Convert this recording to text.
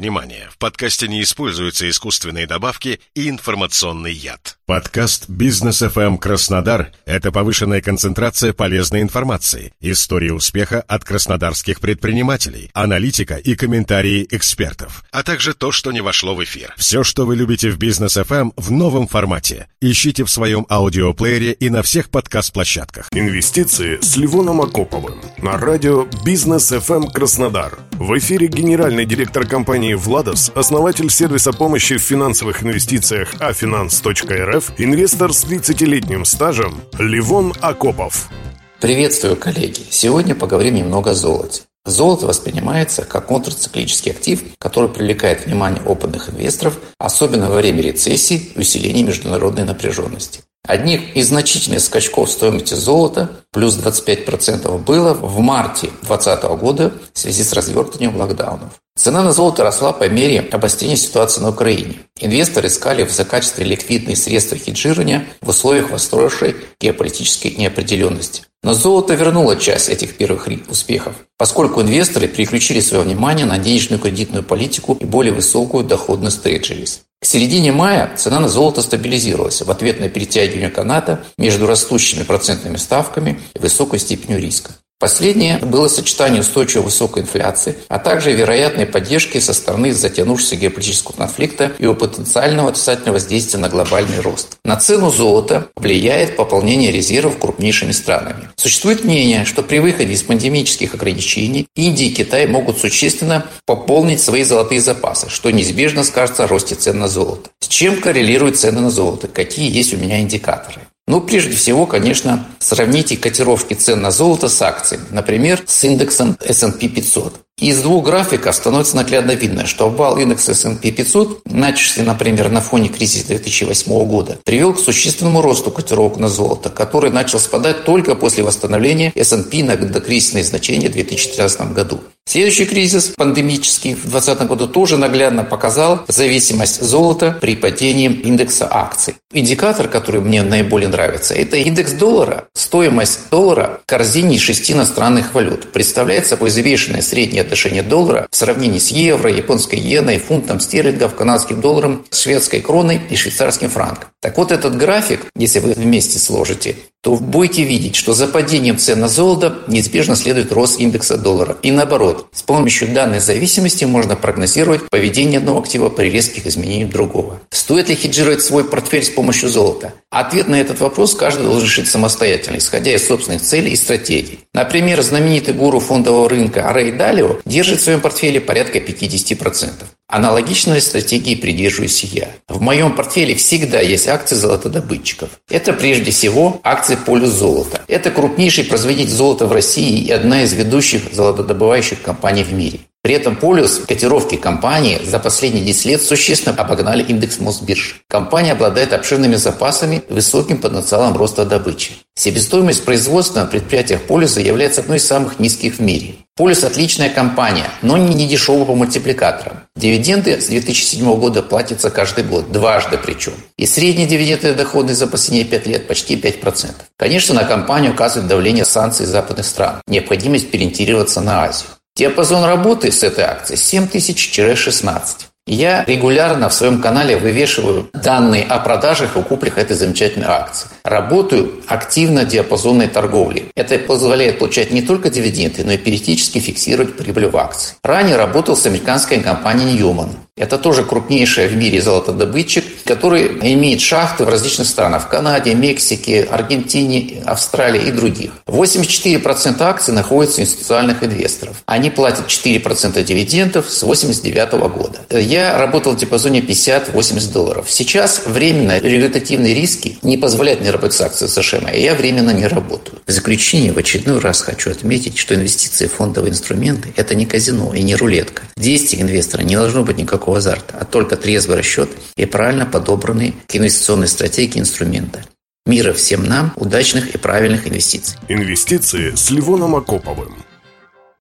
Внимание! В подкасте не используются искусственные добавки и информационный яд. Подкаст «Бизнес ФМ Краснодар» — это повышенная концентрация полезной информации, истории успеха от краснодарских предпринимателей, аналитика и комментарии экспертов, а также то, что не вошло в эфир. Все, что вы любите в «Бизнес ФМ» в новом формате. Ищите в своем аудиоплеере и на всех подкаст-площадках. Инвестиции с Левоном Акоповым на радио «Бизнес ФМ Краснодар». В эфире генеральный директор компании «Владос», основатель сервиса помощи в финансовых инвестициях afinance.rf, инвестор с 30-летним стажем Левон Акопов. Приветствую, коллеги! Сегодня поговорим немного о золоте. Золото воспринимается как контрциклический актив, который привлекает внимание опытных инвесторов, особенно во время рецессии и усиления международной напряженности. Одним из значительных скачков стоимости золота, плюс 25%, было в марте 2020 года в связи с развертыванием локдаунов. Цена на золото росла по мере обострения ситуации на Украине. Инвесторы искали в высококачественные ликвидные средства хеджирования в условиях возросшей геополитической неопределенности. Но золото вернуло часть этих первых успехов, поскольку инвесторы переключили свое внимание на денежную кредитную политику и более высокую доходность трежерис. К середине мая цена на золото стабилизировалась в ответ на перетягивание каната между растущими процентными ставками и высокой степенью риска. Последнее было сочетание устойчивой высокой инфляции, а также вероятной поддержки со стороны затянувшегося геополитического конфликта и его потенциального отрицательного воздействия на глобальный рост. На цену золота влияет пополнение резервов крупнейшими странами. Существует мнение, что при выходе из пандемических ограничений Индия и Китай могут существенно пополнить свои золотые запасы, что неизбежно скажется о росте цен на золото. С чем коррелируют цены на золото? Какие есть у меня индикаторы? Прежде всего, конечно, сравните котировки цен на золото с акциями, например, с индексом S&P 500. Из двух графиков становится наглядно видно, что обвал индекса S&P 500, начавшийся, например, на фоне кризиса 2008 года, привел к существенному росту котировок на золото, который начал спадать только после восстановления S&P на докризисные значения в 2013 году. Следующий кризис, пандемический, в 2020 году тоже наглядно показал зависимость золота при падении индекса акций. Индикатор, который мне наиболее нравится, это индекс доллара. Стоимость доллара в корзине из 6 иностранных валют представляет собой взвешенное среднее отношение доллара в сравнении с евро, японской иеной, фунтом стерлингов, канадским долларом, шведской кроной и швейцарским франком. Так вот, этот график, если вы вместе сложите, то будете видеть, что за падением цен на золото неизбежно следует рост индекса доллара. И наоборот, с помощью данной зависимости можно прогнозировать поведение одного актива при резких изменениях другого. Стоит ли хеджировать свой портфель с помощью золота? Ответ на этот вопрос каждый должен решить самостоятельно, исходя из собственных целей и стратегий. Например, знаменитый гуру фондового рынка Рэй Далио держит в своем портфеле порядка 50%. Аналогичной стратегии придерживаюсь я. В моем портфеле всегда есть акции золотодобытчиков. Это прежде всего акции Полюс Золота. Это крупнейший производитель золота в России и одна из ведущих золотодобывающих компаний в мире. При этом Полюс, котировки компании за последние 10 лет существенно обогнали индекс Мосбиржи. Компания обладает обширными запасами и высоким потенциалом роста добычи. Себестоимость производства на предприятиях Полюса является одной из самых низких в мире. Полюс – отличная компания, но не дешевая по мультипликаторам. Дивиденды с 2007 года платятся каждый год, дважды причем. И средняя дивидендная доходность за последние 5 лет почти 5%. Конечно, на компанию оказывает давление санкций западных стран, необходимость переориентироваться на Азию. Диапазон работы с этой акцией 7000-16. Я регулярно в своем канале вывешиваю данные о продажах и куплях этой замечательной акции. Работаю активно в диапазонной торговле. Это позволяет получать не только дивиденды, но и периодически фиксировать прибыль в акции. Ранее работал с американской компанией Newmont. Это тоже крупнейшая в мире золотодобытчик, который имеет шахты в различных странах. В Канаде, Мексике, Аргентине, Австралии и других. 84% акций находятся у институциональных инвесторов. Они платят 4% дивидендов с 1989 года. Я работал в диапазоне $50-80. Сейчас временно регулятивные риски не позволяют мне работать с акцией США, и я временно не работаю. В заключение в очередной раз хочу отметить, что инвестиции в фондовые инструменты – это не казино и не рулетка. В действиях инвестора не должно быть никакого азарта, а только трезвый расчет и правильно подобранные к инвестиционной стратегии инструменты. Мира всем нам, удачных и правильных инвестиций. Инвестиции с Левоном Акоповым.